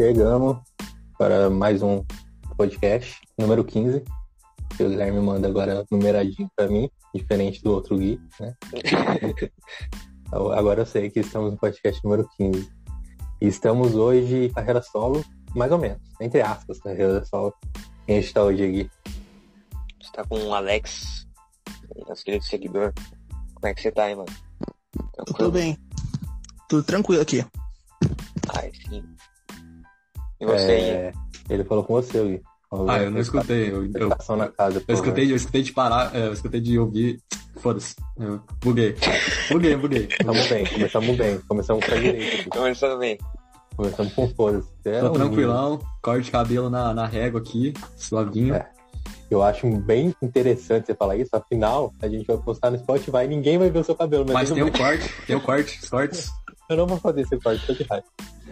chegamos para mais um podcast, número 15, que o Guilherme manda agora numeradinho para mim, diferente do outro Gui, né? Agora eu sei que estamos no podcast número 15. E estamos hoje carreira solo, mais ou menos, entre aspas, carreira solo. Quem a gente tá hoje, Gui? Você tá com o Alex, nosso querido seguidor. Como é que você tá aí, mano? Eu tô bem. Tudo tranquilo aqui. Ai, sim. E você aí? Ele falou com você, Gui. Eu não escutei. Eu escutei de parar, eu escutei de ouvir. Foda-se. Eu buguei. Começamos bem. Começamos pra direita. Começando bem. Começamos com foda-se. Tô tranquilão, corte de cabelo na régua aqui, suavinho. Eu acho bem interessante você falar isso, afinal, a gente vai postar no Spotify e ninguém vai ver o seu cabelo. Mas tem um corte, os cortes. Eu não vou fazer esse corte, tô de raiva.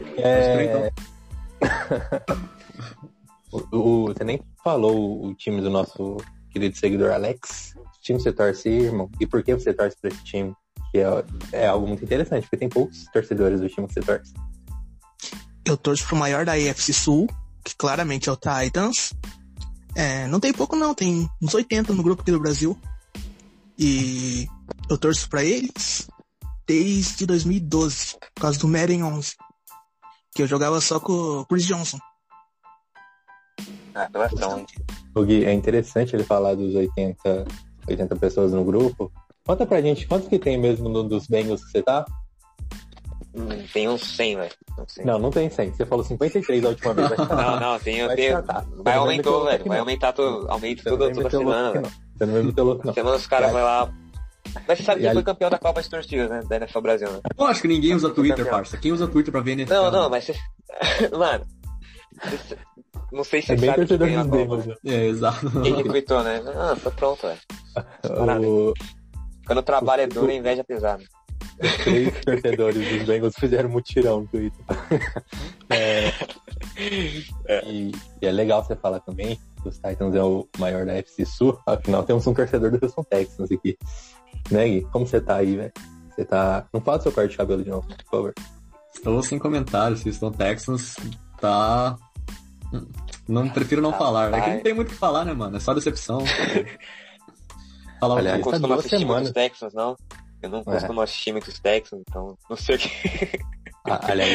Você nem falou o time do nosso querido seguidor Alex. Que time você torce, irmão? E por que você torce pra esse time? Que é algo muito interessante, porque tem poucos torcedores do time que você torce. Eu torço pro maior da AFC Sul, que claramente é o Titans. Não tem pouco não, tem uns 80 no grupo aqui do Brasil. E eu torço pra eles desde 2012, por causa do Madden 11, que eu jogava só com o Chris Johnson. Gui, é interessante ele falar dos 80 pessoas no grupo. Conta pra gente, quantos que tem mesmo dos Bengals que você tá? Tem uns 100, velho. Não tem 100. Você falou 53 a última vez. Tenho. Vai aumentar, velho. Vai aumentar aumenta toda semana, velho. Você não vai meter louco, não. Semana os caras vão lá. Mas você sabe quem foi campeão da Copa de Torcidas, né? Da NFL Brasil, né? Eu acho que ninguém usa Twitter, parça. Quem usa Twitter pra ver NFL? Não, mas você... Mano... Não sei se você bem sabe torcedor quem dos Bengals. Exato. Quem retweetou, né? Tô pronto, velho. Quando o trabalho é duro, a inveja é pesada. 3 torcedores dos Bengals fizeram mutirão no Twitter. E é legal você falar também que os Titans é o maior da FC Sul. Afinal, temos um torcedor do Houston Texans aqui. Né, Gui? Como você tá aí, velho? Você tá... Não fala do seu corte de cabelo de novo, por favor. Estou sem comentários. Houston Texans tá... Não, prefiro não falar. É que não tem muito o que falar, né, mano? É só decepção. Olha, eu costumo assistir muitos Texans, não? Eu não costumo assistir muitos Texans, então não sei o que... Aliás,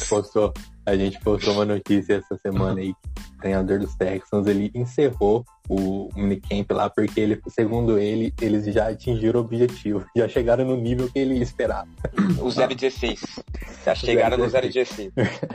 a gente postou uma notícia essa semana aí. O treinador dos Texans, ele encerrou o minicamp lá porque ele, segundo ele, eles já atingiram o objetivo. Já chegaram no nível que ele esperava. O 0-16. Já chegaram no 0-16.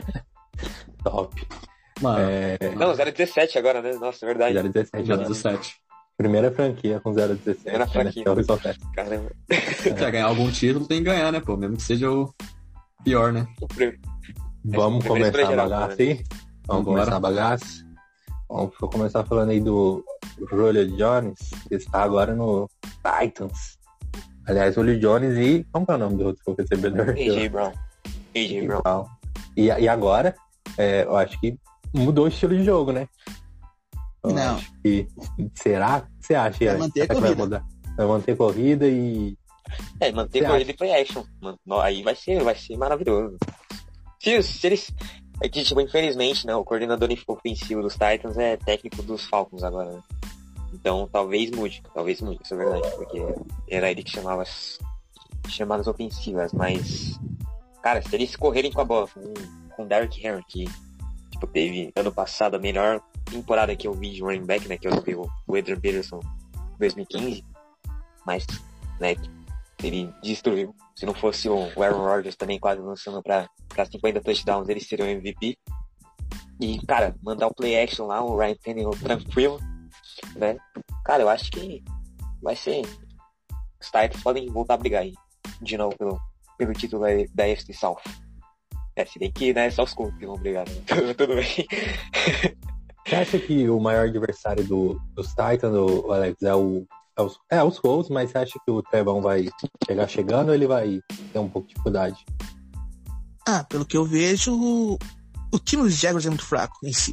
Top. Mano. Não, 0-17 agora, né? Nossa, é verdade. 0-17. Primeira franquia com 0-17. Primeira franquia. Né? Caramba. Se quer ganhar algum título, tem que ganhar, né, pô? Mesmo que seja o pior, né? Vamos começar a bagaça aí? Vamos começar a bagaça? Vamos começar falando aí do Julio Jones, que está agora no Titans. Aliás, Julio Jones e... Como é o nome do outro recebedor? A.J. Brown. E agora, eu acho que mudou o estilo de jogo, né? Não. Acho que... Será? O que você acha? Vai manter a corrida. Vai mudar? Vai manter corrida e... manter corrida e play action. Mano. Aí vai ser maravilhoso. Se eles... É que, tipo, infelizmente, né? O coordenador ofensivo dos Titans é técnico dos Falcons agora, né? Então, talvez mude, isso é verdade. Porque era ele que chamava as chamadas ofensivas, mas... Cara, se eles correrem com a bola com o Derrick Henry, que tipo, teve ano passado a melhor temporada que eu vi de running back, né? Que eu vi o Adrian Peterson em 2015. Mas, né, ele destruiu. Se não fosse o Aaron Rodgers também quase lançando pra 50 touchdowns, ele seria o MVP. E, cara, mandar o play action lá, o Ryan Tannehill tranquilo, né? Cara, eu acho que vai ser... Os Titans podem voltar a brigar aí de novo pelo título da AFC South. Se bem que, né, só os Colts que vão brigar, né? Tudo bem. Você acha que o maior adversário dos Titans, o Alex, é os Colts, mas você acha que o Trevon vai chegar chegando ou ele vai ter um pouco de dificuldade? Pelo que eu vejo, o time dos Jaguars é muito fraco em si.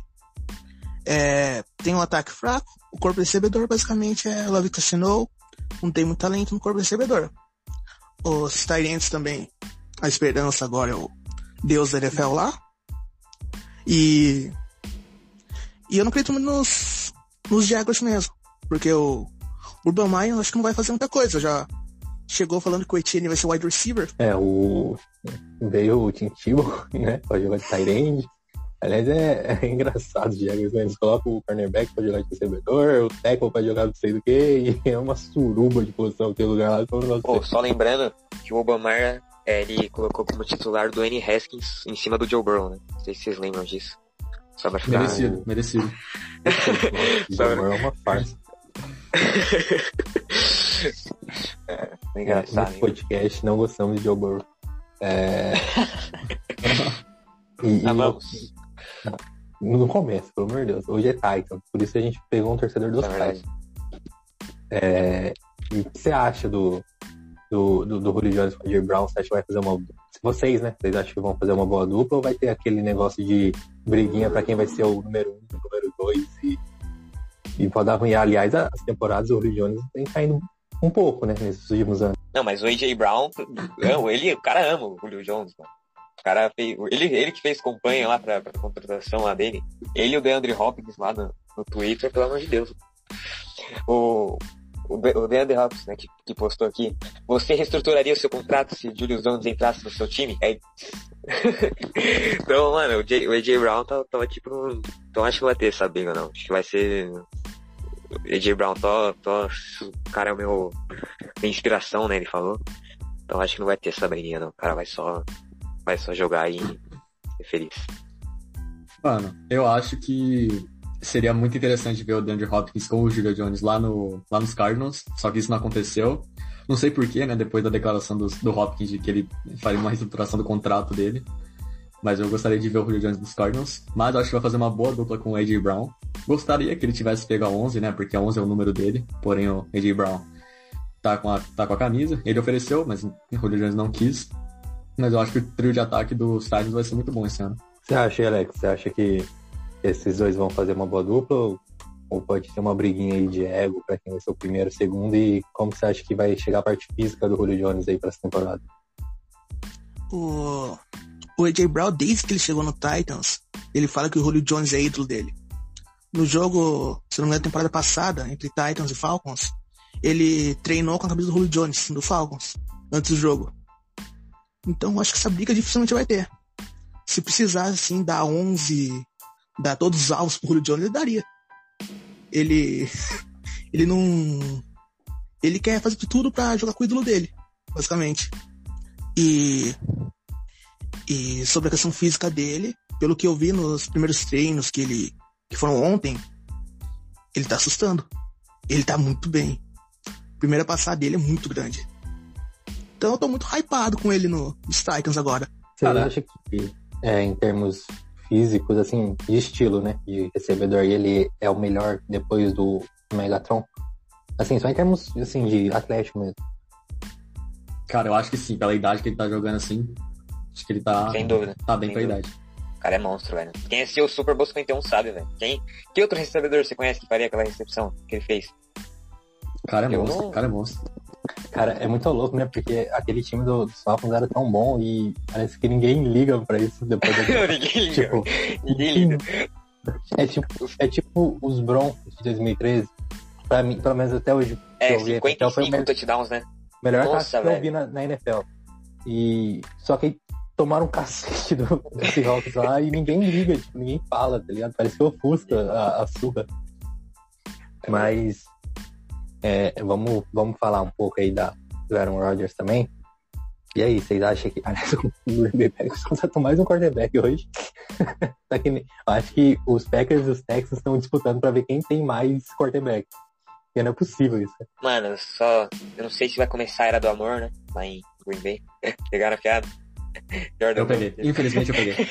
Tem um ataque fraco, o corpo recebedor basicamente é Laviska Shenault, não tem muito talento no corpo recebedor. Os tight ends também, a esperança agora é o Deus da NFL lá. E eu não acredito muito nos Jaguars mesmo. Porque o Urban Meyer eu acho que não vai fazer muita coisa. Já chegou falando que o Etienne vai ser wide receiver. Veio o Tim Tebow, né? Pra jogar de tight end. Aliás, é engraçado os Jaguars, né? Eles colocam o cornerback pra jogar de recebedor, o tackle pra jogar não sei do que, e é uma suruba de posição aquele lugar lá. Só lembrando que o Obama ele colocou como titular do Dwayne Haskins em cima do Joe Burrow, né? Não sei se vocês lembram disso. Só pra ficar... Merecido. Joe Burrow é uma farsa. Engraçado. Nesse podcast não gostamos de Joe Burrow. Vamos. Não começa, pelo amor de Deus. Hoje é Titan, por isso a gente pegou um torcedor dos Titans. E o que você acha do Julio Jones e o AJ Brown? Você acha que vai fazer uma... Vocês, né? Vocês acham que vão fazer uma boa dupla ou vai ter aquele negócio de briguinha pra quem vai ser o número 1 e o número 2 e pode dar ruim? Aliás, as temporadas do Julio Jones tem caindo um pouco, né? Nesses últimos anos. Não, mas o AJ Brown, o cara ama o Julio Jones, mano. O cara fez, ele que fez campanha lá pra contratação lá dele. Ele e o DeAndre Hopkins lá no Twitter, pelo amor de Deus. O DeAndre Hopkins, né, que postou aqui. Você reestruturaria o seu contrato se Julio Jones entrasse no seu time? Então, mano, o AJ Brown tava tipo... Então acho que não vai ter essa briga, não. Acho que vai ser... O AJ Brown, o cara é minha inspiração, né, ele falou. Então acho que não vai ter essa briguinha, não. O cara vai só jogar e ser feliz. Mano, eu acho que seria muito interessante ver o DeAndre Hopkins com o Julio Jones lá nos Cardinals, só que isso não aconteceu. Não sei porquê, né, depois da declaração do Hopkins de que ele faria uma reestruturação do contrato dele. Mas eu gostaria de ver o Julio Jones nos Cardinals. Mas eu acho que vai fazer uma boa dupla com o AJ Brown. Gostaria que ele tivesse pego a 11, né, porque a 11 é o número dele. Porém, o AJ Brown tá com a camisa. Ele ofereceu, mas o Julio Jones não quis. Mas eu acho que o trio de ataque dos Titans vai ser muito bom esse ano. Você acha, Alex? Você acha que esses dois vão fazer uma boa dupla? Ou pode ter uma briguinha aí de ego pra quem vai ser o primeiro, o segundo? E como você acha que vai chegar a parte física do Julio Jones aí pra essa temporada? O AJ Brown, desde que ele chegou no Titans, ele fala que o Julio Jones é ídolo dele. No jogo, se não me engano, da temporada passada, entre Titans e Falcons, ele treinou com a camisa do Julio Jones, do Falcons, antes do jogo. Então, acho que essa briga dificilmente vai ter. Se precisar, assim, dar 11, dar todos os alvos pro Julio Jones, ele daria. Ele não... Ele quer fazer de tudo pra jogar com o ídolo dele, basicamente. E sobre a questão física dele, pelo que eu vi nos primeiros treinos que foram ontem, ele tá assustando. Ele tá muito bem. A primeira passada dele é muito grande. Então eu tô muito hypado com ele nos Titans agora. Você acha que, em termos físicos, assim, de estilo, né, de recebedor, ele é o melhor depois do Megatron? Assim, só em termos, assim, de atlético mesmo. Cara, eu acho que sim, pela idade que ele tá jogando assim, acho que ele tá... Sem dúvida. Tá bem com a idade. O cara é monstro, velho. Quem assistiu o Super Bowl 51 sabe, velho. Que outro recebedor você conhece que faria aquela recepção que ele fez? O cara é monstro, cara é monstro. Cara, é muito louco, né? Porque aquele time dos Falcons era tão bom e parece que ninguém liga pra isso depois da... Ninguém liga. Ninguém liga. É tipo os Broncos de 2013. Pra mim, pelo menos até hoje. 55 touchdowns, né? Melhor ataque que eu vi na NFL. E só que tomaram um cacete do Seahawks lá e ninguém liga, tipo, ninguém fala, tá ligado? Parece que ofusca a surra. Mas vamos falar um pouco aí do Aaron Rodgers também. E aí, vocês acham que... Aliás, o Green Bay Packers contratou mais um quarterback hoje. Eu acho que os Packers e os Texans estão disputando pra ver quem tem mais quarterback. Porque não é possível isso. Mano, eu não sei se vai começar a Era do Amor, né? Lá em Green Bay. Pegaram a piada? Eu peguei. Infelizmente eu peguei.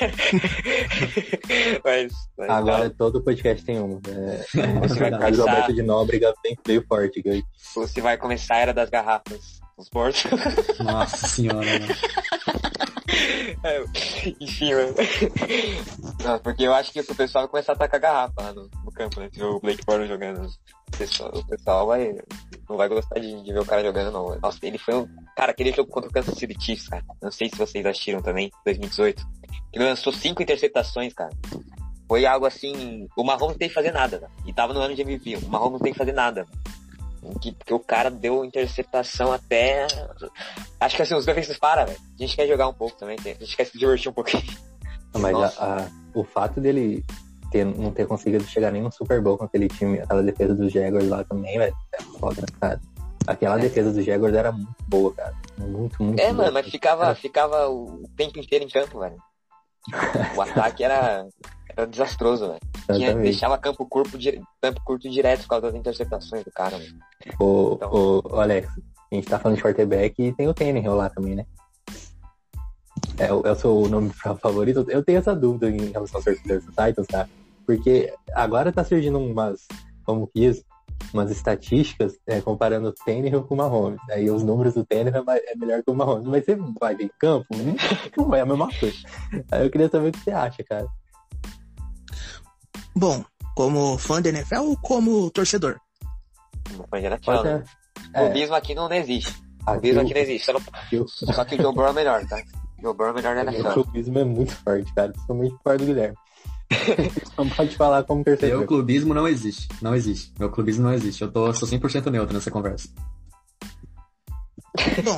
mas agora todo podcast tem um. Você vai Carlos Alberto de Nóbrega veio forte aqui hoje. Você vai começar a Era das Garrafas nos portos. Nossa senhora, mano. Enfim, mano. Não, porque eu acho que o pessoal vai começar a tacar garrafa lá no campo, né? O Blake Bortles jogando. O pessoal não vai gostar de ver o cara jogando, não. Nossa, ele foi Cara, aquele jogo contra o Kansas City Chiefs, cara. Não sei se vocês assistiram também, 2018. que lançou 5 interceptações, cara. Foi algo assim, o Mahomes não tem que fazer nada, né? E tava no ano de MVP, o Mahomes não tem que fazer nada, porque o cara deu interceptação até... Acho que assim, os defensores param, velho. A gente quer jogar um pouco também, a gente quer se divertir um pouquinho. Mas o fato dele não ter conseguido chegar nem no Super Bowl com aquele time, aquela defesa dos Jaguars lá também, velho, é foda, cara. Aquela defesa dos Jaguars era muito boa, cara. Muito boa. Mano, mas ficava o tempo inteiro em campo, velho. O ataque era desastroso, velho. Deixava campo curto direto por causa das interceptações do cara, velho. Ô, Alex, a gente tá falando de quarterback e tem o Tannehill lá também, né? É o seu nome favorito? Eu tenho essa dúvida em relação aos torcedores do Titans, tá? Porque agora tá surgindo umas estatísticas comparando o Tannehill com o Mahomes. Aí os números do Tannehill é melhor que o Mahomes. Mas você vai ver em campo, não é a mesma coisa. Aí eu queria saber o que você acha, cara. Bom, como fã da NFL ou como torcedor? Como fã da NFL, né? O clubismo aqui não existe. O clubismo aqui não existe. Só que o Joe Burrow é melhor, tá? O Joe Burrow é melhor da NFL. O clubismo é muito forte, cara. Principalmente por do Guilherme. Não pode falar como torcedor. Meu clubismo não existe. Não existe. Meu clubismo não existe. Eu sou 100% neutro nessa conversa. Bom,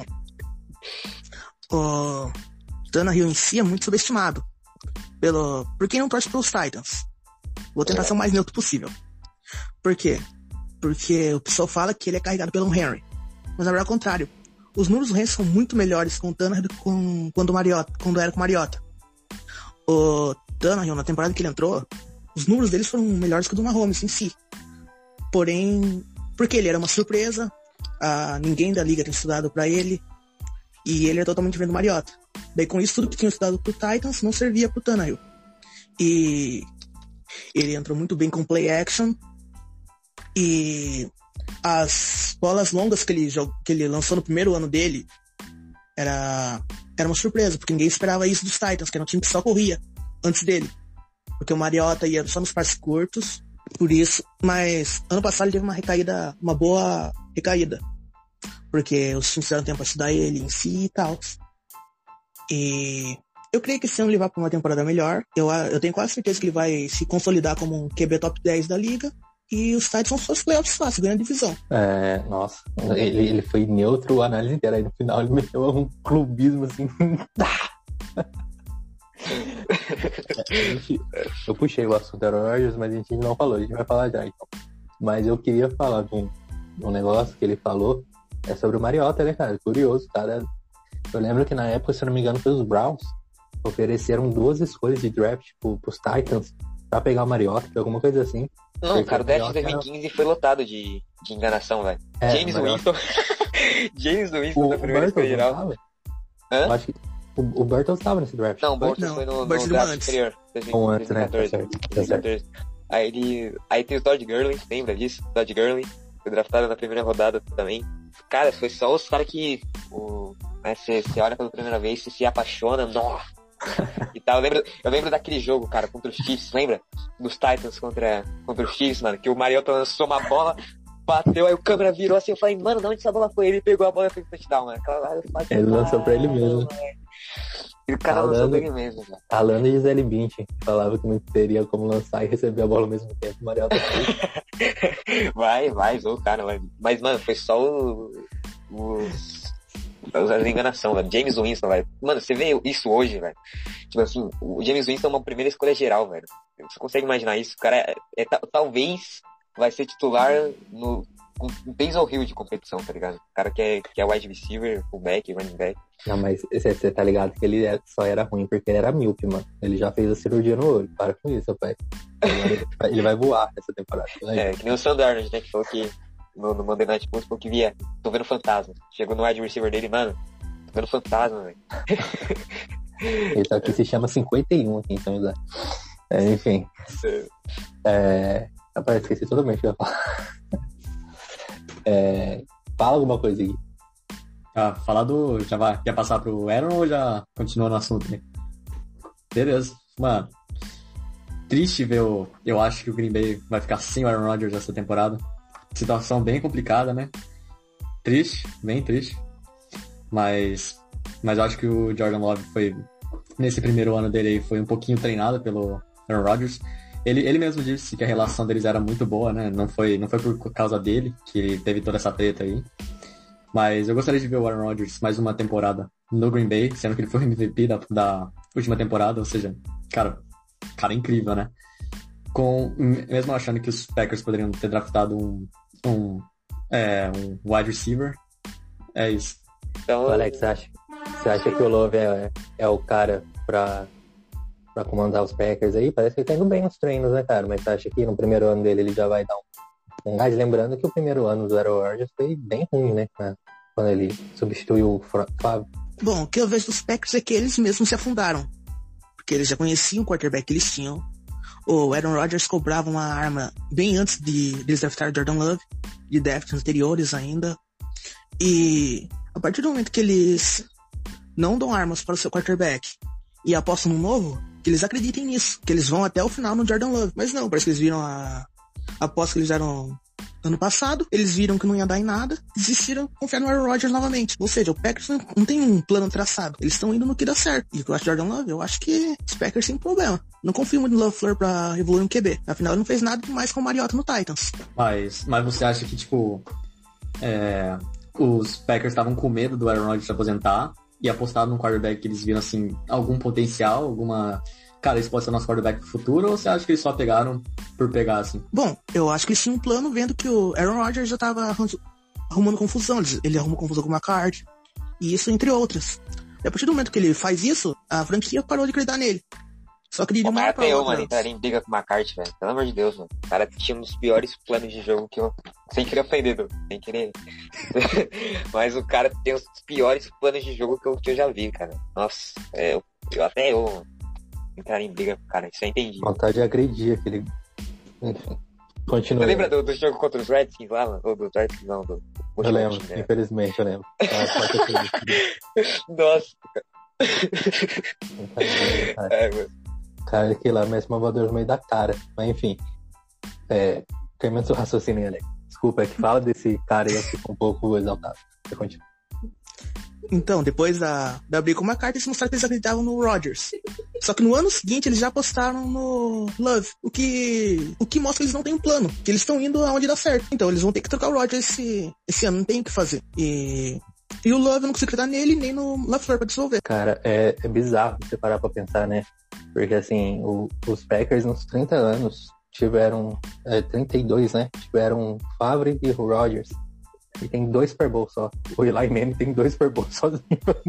o Tannehill em si é muito subestimado por quem não torce pelos Titans. Vou tentar ser o mais neutro possível. Por quê? Porque o pessoal fala que ele é carregado pelo Henry. Mas na verdade é o contrário. Os números do Henry são muito melhores com o Tannehill do que quando era com o Mariota. O Tannehill, na temporada que ele entrou, os números deles foram melhores que o do Mahomes em si. Porém, porque ele era uma surpresa, ninguém da liga tem estudado pra ele, e ele é totalmente diferente do Mariota. Daí com isso, tudo que tinha estudado pro Titans não servia pro Tannehill. E ele entrou muito bem com play action, e as bolas longas que ele lançou no primeiro ano dele era uma surpresa, porque ninguém esperava isso dos Titans, que era um time que só corria antes dele. Porque o Mariota ia só nos passes curtos, por isso. Mas ano passado ele teve uma boa recaída. Porque os times tiveram tempo pra estudar ele em si e tal. E eu creio que esse ano ele vai pra uma temporada melhor. Eu tenho quase certeza que ele vai se consolidar como um QB top 10 da liga. E os Titans vão fazer os playoffs fácil, ganhando a divisão. Nossa, ele foi neutro a análise inteira. Aí no final ele meteu um clubismo assim. Eu puxei o assunto Aaron Rodgers, mas a gente não falou. A gente vai falar já então. Mas eu queria falar de um negócio que ele falou. É sobre o Mariota, né, cara? Curioso, cara. Eu lembro que na época, se eu não me engano, foi os Browns ofereceram 2 escolhas de draft pros Titans pra pegar o Mariota, alguma coisa assim. Não, cara, o draft de 2015 foi lotado de enganação, velho. James Winston. James Winston da primeira escolha geral. Eu acho que o Burton estava nesse draft. Não, o Burton foi no draft anterior. 2014. Aí tem o Todd Gurley, lembra disso? Todd Gurley foi draftado na primeira rodada também. Cara, foi só os caras que você olha pela primeira vez, você se apaixona, nossa. E tal. Eu lembro daquele jogo, cara, contra os Chiefs, lembra? Dos Titans contra os Chiefs, mano, que o Mariota lançou uma bola, bateu, aí o câmera virou assim, eu falei, mano, de onde essa bola foi? Ele pegou a bola e fez touchdown, mano. Ele lançou pra ele mesmo. E o cara lançou pra ele mesmo, cara. Falando de Gisele Bündchen, falava que não teria como lançar e receber a bola ao mesmo tempo, o Mariota fez. Vai, o cara, vai. Mas, mano, foi só a enganação, velho. James Winston, velho. Mano, você vê isso hoje, velho. Tipo assim, o James Winston é uma primeira escolha geral, velho. Você consegue imaginar isso? O cara talvez vai ser titular no Taysom Hill de competição, tá ligado? O cara que é wide receiver, fullback, running back. Não, mas você tá ligado que ele só era ruim porque ele era míope, mano. Ele já fez a cirurgia no olho. Para com isso, rapaz. Ele vai voar essa temporada. Que nem o Sam Darnold, né? Que falou que no Monday Night Football falou que tô vendo fantasma. Chegou no wide receiver dele, mano, tô vendo fantasma, velho. Esse aqui se chama 51 aqui, então, José. Enfim. Rapaz, esqueci totalmente o que eu ia falar. Fala alguma coisa aí. Falar do... Quer passar pro Aaron ou já continua no assunto, né? Beleza. Mano, triste ver eu acho que o Green Bay vai ficar sem o Aaron Rodgers essa temporada. Situação bem complicada, né? Triste, bem triste. Mas eu acho que o Jordan Love nesse primeiro ano dele foi um pouquinho treinado pelo Aaron Rodgers. Ele mesmo disse que a relação deles era muito boa, né? Não foi por causa dele que teve toda essa treta aí. Mas eu gostaria de ver o Aaron Rodgers mais uma temporada no Green Bay, sendo que ele foi MVP da última temporada, ou seja, cara incrível, né? Mesmo achando que os Packers poderiam ter draftado um wide receiver, é isso. Então, Alex, você acha que o Love é o cara pra comandar os Packers aí? Parece que ele tá indo bem nos treinos, né, cara? Mas você acha que no primeiro ano dele ele já vai dar um gás? Lembrando que o primeiro ano do Aaron Rodgers foi bem ruim, né? Quando ele substituiu o Fábio. Bom, o que eu vejo dos Packers é que eles mesmos se afundaram. Porque eles já conheciam o quarterback que eles tinham. O Aaron Rodgers cobrava uma arma bem antes de eles draftar Jordan Love, de drafts anteriores ainda. E a partir do momento que eles não dão armas para o seu quarterback e apostam no novo, que eles acreditem nisso, que eles vão até o final no Jordan Love. Mas não, parece que eles viram a aposta que eles deram ano passado, eles viram que não ia dar em nada, desistiram, confiaram no Aaron Rodgers novamente. Ou seja, o Packers não tem um plano traçado, eles estão indo no que dá certo. E eu acho Jordan Love, eu acho que os Packers têm problema. Não confio muito no LaFleur pra evoluir no QB. Afinal, ele não fez nada demais com o Mariota no Titans. Mas você acha que, tipo, os Packers estavam com medo do Aaron Rodgers se aposentar e apostaram num quarterback que eles viram, assim, algum potencial, alguma... Cara, esse pode ser nosso quarterback pro futuro, ou você acha que eles só pegaram por pegar, assim? Bom, eu acho que eles tinham um plano vendo que o Aaron Rodgers já tava arrumando confusão. Ele arruma confusão com o McCarthy. E isso, entre outras. E a partir do momento que ele faz isso, a franquia parou de acreditar nele. Só que ele o cara até eu, mano, entraria em briga com o McCarthy, velho. Pelo amor de Deus, mano. O cara tinha um dos piores planos de jogo que eu... Sem querer ofender, sem querer... Mas o cara tem os piores planos de jogo que eu já vi, cara. Nossa, eu entrar em briga com o cara, isso eu entendi. Vontade de agredir aquele... Enfim, continua. Você lembra do jogo contra os Redskins lá, mano? Ou do Redskins, não, do... Eu lembro, né? Infelizmente eu lembro. Nossa, cara. Cara, que lá mesmo uma voadora no meio da cara. Mas enfim. Termina seu raciocínio, Alex. Desculpa, é que fala desse cara e eu fico um pouco exaltado. Você continua. Então, depois da briga com o McCarthy, eles mostraram que eles acreditavam no Rodgers. Só que no ano seguinte, eles já apostaram no Love. O que mostra que eles não têm um plano. Que eles estão indo aonde dá certo. Então, eles vão ter que trocar o Rodgers esse ano. Não tem o que fazer. E o Love, eu não consigo acreditar nele, nem no LaFleur pra dissolver. Cara, é bizarro você parar pra pensar, né? Porque, assim, os Packers, nos 30 anos, tiveram... 32, né? Tiveram Favre e Rodgers. E tem 2 Super Bowls só. O Eli Manning tem 2 Super Bowls sozinho.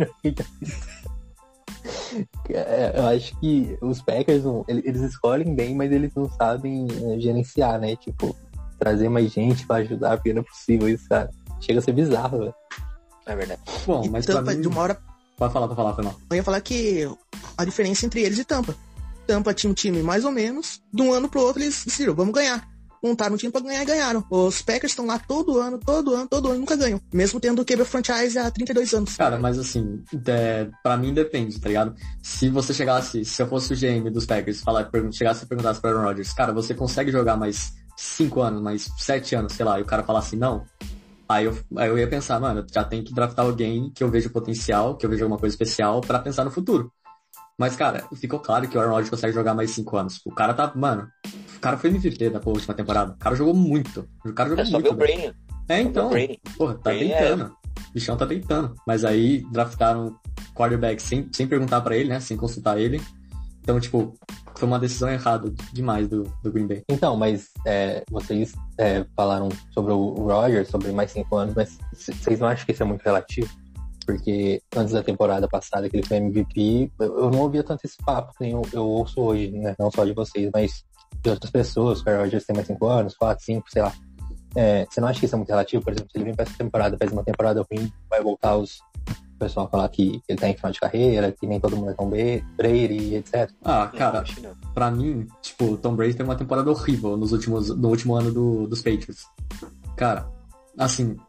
Eu acho que os Packers, eles escolhem bem, mas eles não sabem gerenciar, né? Tipo, trazer mais gente pra ajudar, porque não é possível isso, cara. Chega a ser bizarro, velho. É verdade. Bom, mas Tampa, pra mim... de uma hora... Pode falar, foi mal. Eu ia falar que a diferença entre eles e Tampa. Tampa tinha um time mais ou menos, de um ano pro outro eles decidiram, vamos ganhar. Montaram um time pra ganhar e ganharam. Os Packers estão lá todo ano, e nunca ganham. Mesmo tendo o QB franchise há 32 anos. Cara, mas assim, pra mim depende, tá ligado? Se você chegasse, se eu fosse o GM dos Packers, chegasse e perguntasse pro Aaron Rodgers, cara, você consegue jogar mais 5 anos, mais 7 anos, sei lá, e o cara falasse não, aí eu ia pensar, mano, já tem que draftar alguém que eu vejo potencial, que eu vejo alguma coisa especial pra pensar no futuro. Mas, cara, ficou claro que o Aaron Rodgers consegue jogar mais 5 anos. O cara tá, mano... O cara foi MVP da última temporada. O cara jogou muito. O cara jogou muito. Só viu o Brady. Então. Porra, tá deitando. O bichão tá deitando. Mas aí draftaram quarterback sem perguntar pra ele, né? Sem consultar ele. Então, tipo, foi uma decisão errada demais do Green Bay. Então, mas vocês falaram sobre o Rodgers, sobre mais 5 anos, mas vocês não acham que isso é muito relativo? Porque antes da temporada passada, que ele foi MVP, eu não ouvia tanto esse papo que eu ouço hoje, né? Não só de vocês, mas de outras pessoas. O Aaron Rodgers tem mais 5 anos, 4, 5, sei lá. Você não acha que isso é muito relativo? Por exemplo, se ele vem pra essa temporada, faz uma temporada ruim, vai voltar o pessoal falar que ele tá em final de carreira, que nem todo mundo é Tom Brady, etc. Ah, cara, pra mim, tipo, o Tom Brady tem uma temporada horrível no último ano dos Patriots. Cara, assim...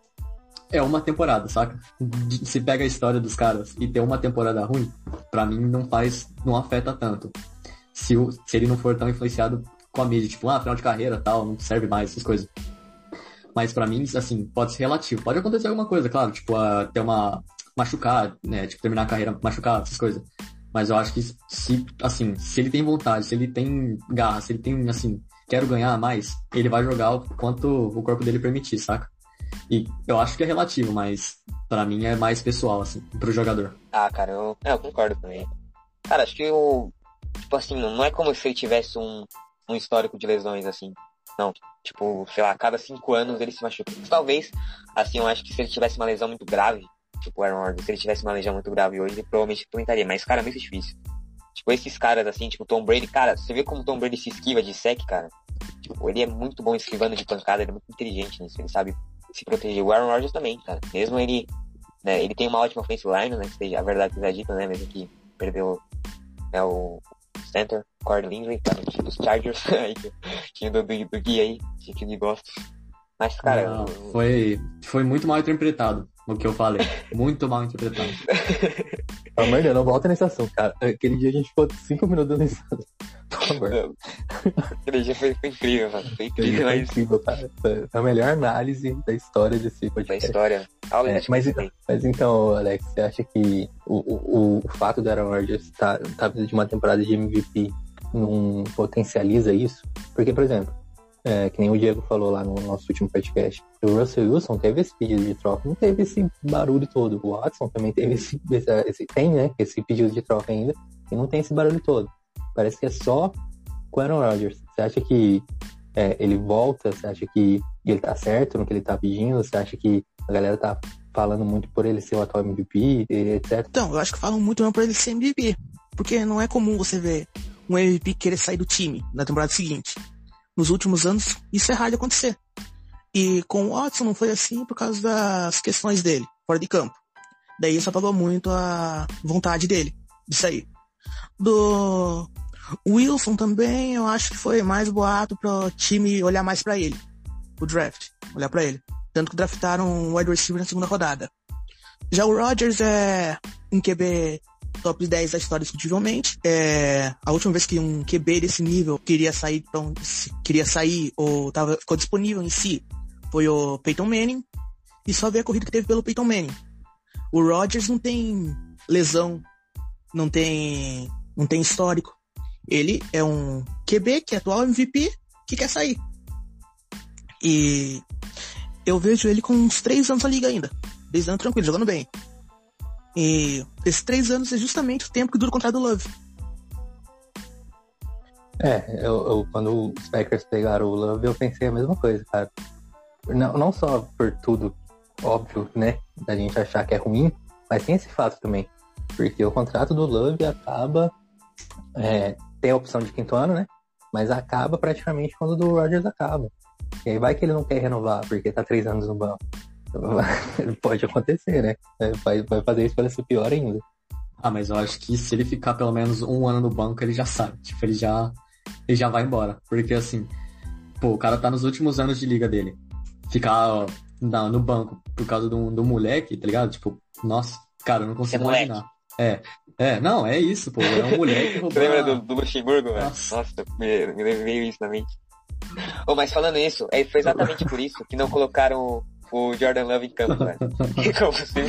É uma temporada, saca? Se pega a história dos caras e ter uma temporada ruim, pra mim não afeta tanto. Se ele não for tão influenciado com a mídia, tipo, final de carreira, tal, não serve mais, essas coisas. Mas pra mim, assim, pode ser relativo. Pode acontecer alguma coisa, claro, tipo, ter machucar, né, tipo, terminar a carreira machucado, essas coisas. Mas eu acho que se ele tem vontade, se ele tem garra, se ele tem, assim, quero ganhar mais, ele vai jogar o quanto o corpo dele permitir, saca? E eu acho que é relativo, mas pra mim é mais pessoal, assim, pro jogador. Ah, cara, eu concordo também. Cara, acho que tipo assim, não é como se ele tivesse um histórico de lesões, assim. Não, tipo, sei lá, a cada 5 anos ele se machuca. Talvez, assim, eu acho que se ele tivesse uma lesão muito grave, tipo o Aaron Rodgers, se ele tivesse uma lesão muito grave hoje, ele provavelmente tentaria. Mas, cara, é muito difícil. Tipo, esses caras, assim, tipo, Tom Brady, cara, você vê como o Tom Brady se esquiva de sec, cara? Tipo, ele é muito bom esquivando de pancada, ele é muito inteligente nisso, ele sabe se proteger. O Aaron Rodgers também, cara. Mesmo ele, né, ele tem uma ótima offensive line, né, que seja a verdade seja dita, né, mesmo que perdeu, né, o center, Cord Lindsey, cara, dos Chargers, aí, tinha do Gui aí, que ele gosta. Mas, cara... Não, foi muito mal interpretado o que eu falei. Muito mal interpretado. Pelo amor de Deus, não volta nesse assunto, cara. Aquele dia a gente ficou 5 minutos nesse assunto. Por favor. Aquele dia foi incrível, mano. Foi incrível, Foi incrível, cara. Foi a melhor análise da história desse podcast. Da história. Mas então, Alex, você acha que o fato do Aaron Rodgers tá vindo de uma temporada de MVP não potencializa isso? Porque, por exemplo, que nem o Diego falou lá no nosso último podcast, o Russell Wilson teve esse pedido de troca, não teve esse barulho todo. O Watson também teve tem, né, esse pedido de troca ainda, e não tem esse barulho todo. Parece que é só com o Aaron Rodgers. Você acha que ele volta? Você acha que ele tá certo no que ele tá pedindo? Você acha que a galera tá falando muito por ele ser o atual MVP, etc? Então, eu acho que falam muito mesmo por ele ser MVP. Porque não é comum você ver um MVP querer sair do time na temporada seguinte. Nos últimos anos, isso é raro de acontecer. E com o Watson não foi assim por causa das questões dele, fora de campo. Daí isso apagou muito a vontade dele de sair. Do Wilson também, eu acho que foi mais boato pro time olhar mais pra ele. O draft, olhar pra ele. Tanto que draftaram um wide receiver na segunda rodada. Já o Rodgers é um QB top 10 da história, discutivelmente. A última vez que um QB desse nível queria sair ou ficou disponível em si foi o Peyton Manning. E só ver a corrida que teve pelo Peyton Manning. O Rodgers não tem lesão, não tem histórico. Ele é um QB que é atual MVP que quer sair. E eu vejo ele com uns 3 anos na liga ainda. 3 anos tranquilo, jogando bem. E esses 3 anos é justamente o tempo que dura o contrato do Love. Quando os Packers pegaram o Love, eu pensei a mesma coisa, cara. Não só por tudo, óbvio, né, da gente achar que é ruim, mas tem esse fato também. Porque o contrato do Love acaba... tem a opção de 5º ano, né? Mas acaba praticamente quando o do Rodgers acaba. E aí vai que ele não quer renovar, porque tá 3 anos no banco. Pode acontecer, né? Vai fazer isso para ser pior ainda. Ah, mas eu acho que se ele ficar pelo menos 1 ano no banco, ele já sabe. Tipo, ele já vai embora. Porque assim, o cara tá nos últimos anos de liga dele. Ficar no banco por causa do moleque, tá ligado? Tipo, nossa, cara, eu não consigo imaginar. Não, é isso, pô. É um moleque roubando. Você lembra do Luxemburgo, velho? Nossa, me veio isso na mente. Mas falando isso, foi exatamente por isso que não colocaram o Jordan Love em campo, velho. Como você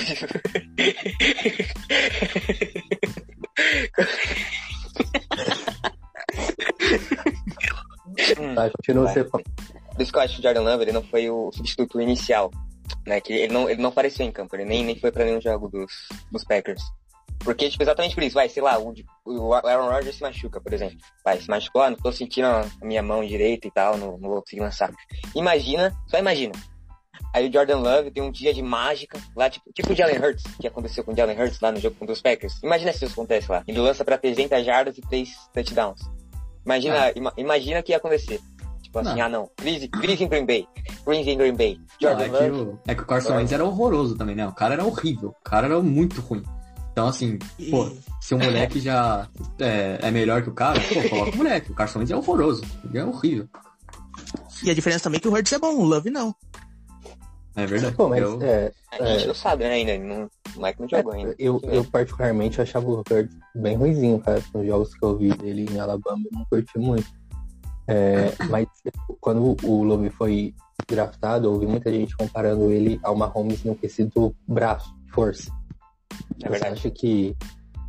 Por isso que eu acho que o Jordan Love ele não foi o substituto inicial, né? Que ele não apareceu em campo, ele nem foi pra nenhum jogo dos Packers. Porque, tipo, exatamente por isso, sei lá, o Aaron Rodgers se machuca, por exemplo. Se machucou, não tô sentindo a minha mão direita e tal, não vou conseguir lançar. Só imagina. Aí o Jordan Love tem um dia de mágica lá, tipo o Jalen Hurts, que aconteceu com o Jalen Hurts lá no jogo contra os Packers. Imagina se isso acontece lá. Ele lança pra 300 jardas e 3 touchdowns. Imagina o que ia acontecer. Tipo assim, Grease em Green Bay. Jordan Love. É que o Carson Wentz era horroroso também, né? O cara era horrível. O cara era muito ruim. Então, assim, se o moleque já é melhor que o cara, coloca o moleque. O Carson Wentz é horroroso. Ele é horrível. E a diferença também é que o Hurts é bom, o Love não. É verdade. Pô, mas a gente não sabe, né, ainda. O Mike não jogou ainda. Eu particularmente achava o Hurts bem ruizinho, cara. Nos jogos que eu vi dele em Alabama, eu não curti muito. Mas quando o Love foi draftado, eu ouvi muita gente comparando ele ao Mahomes no quesito braço, força. É verdade. Você acha que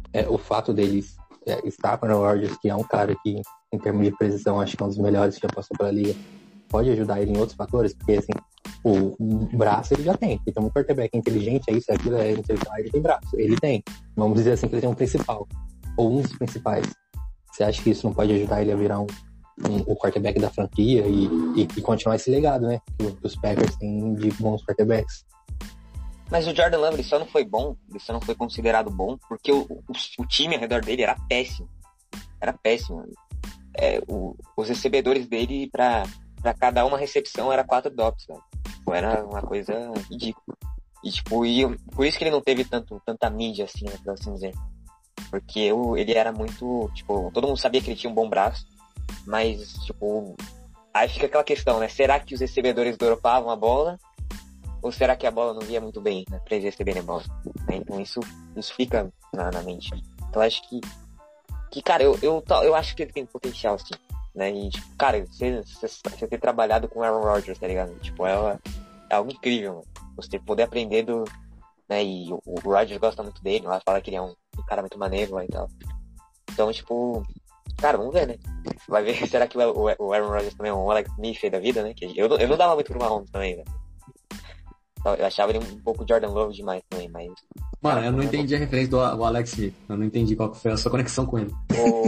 o fato deles estar com o Aaron Rodgers, que é um cara que, em termos de precisão, acho que é um dos melhores que já passou pela liga, pode ajudar ele em outros fatores, porque assim, o braço ele já tem. Então, um quarterback inteligente, é isso, aquilo, ele tem braço. Ele tem. Vamos dizer assim que ele tem um principal. Ou um dos principais. Você acha que isso não pode ajudar ele a virar o quarterback da franquia e continuar esse legado, né? Que os Packers têm de bons quarterbacks. Mas o Jordan Love, ele só não foi bom, ele só não foi considerado bom, porque o time ao redor dele era péssimo. Era péssimo. Os recebedores dele, pra cada uma recepção, era 4 drops, velho. Tipo, era uma coisa ridícula. E, tipo, por isso que ele não teve tanta mídia, assim, né, pra assim dizer. Porque ele era muito, tipo, todo mundo sabia que ele tinha um bom braço, mas, tipo, aí fica aquela questão, né? Será que os recebedores dropavam a bola? Ou será que a bola não via muito bem, né? Pra eles receberem a bola? Então isso fica na mente. Então acho que cara, eu acho que ele tem potencial, assim, né? E, tipo, cara, você ter trabalhado com o Aaron Rodgers, tá ligado? Tipo, é algo incrível, mano. Você poder aprender né? E o Rodgers gosta muito dele, ela fala que ele é um cara muito maneiro lá e tal. Então, tipo, cara, vamos ver, né? Vai ver, será que o Aaron Rodgers também é um Alex Smith da vida, né? Que eu não dava muito pro Mahomes também, velho. Eu achava ele um pouco Jordan Love demais também, mas... Mano, eu não entendi a referência do Alex Smith. Eu não entendi qual foi a sua conexão com ele.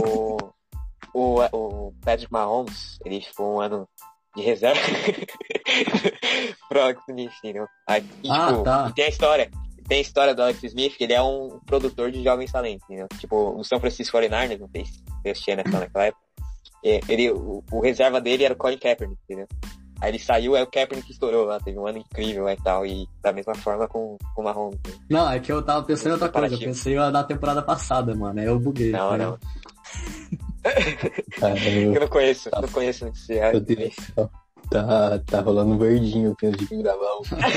O Patrick Mahomes, ele ficou um ano de reserva pro Alex Smith, entendeu? Aí, tipo, tá. E tem a história do Alex Smith, que ele é um produtor de jovens talentos, entendeu? Tipo, no São Francisco 49ers, não sei se você assistia naquela época, o reserva dele era o Colin Kaepernick, entendeu? Aí ele saiu, aí o Kaepernick estourou lá, teve um ano incrível e tal, e da mesma forma com o Mahomes. Não, é que eu tava pensando em outra coisa, eu pensei na temporada passada, mano, aí eu buguei. Não. Eu não conheço esse Meu Deus do céu. Tá rolando um verdinho, eu penso de vir gravar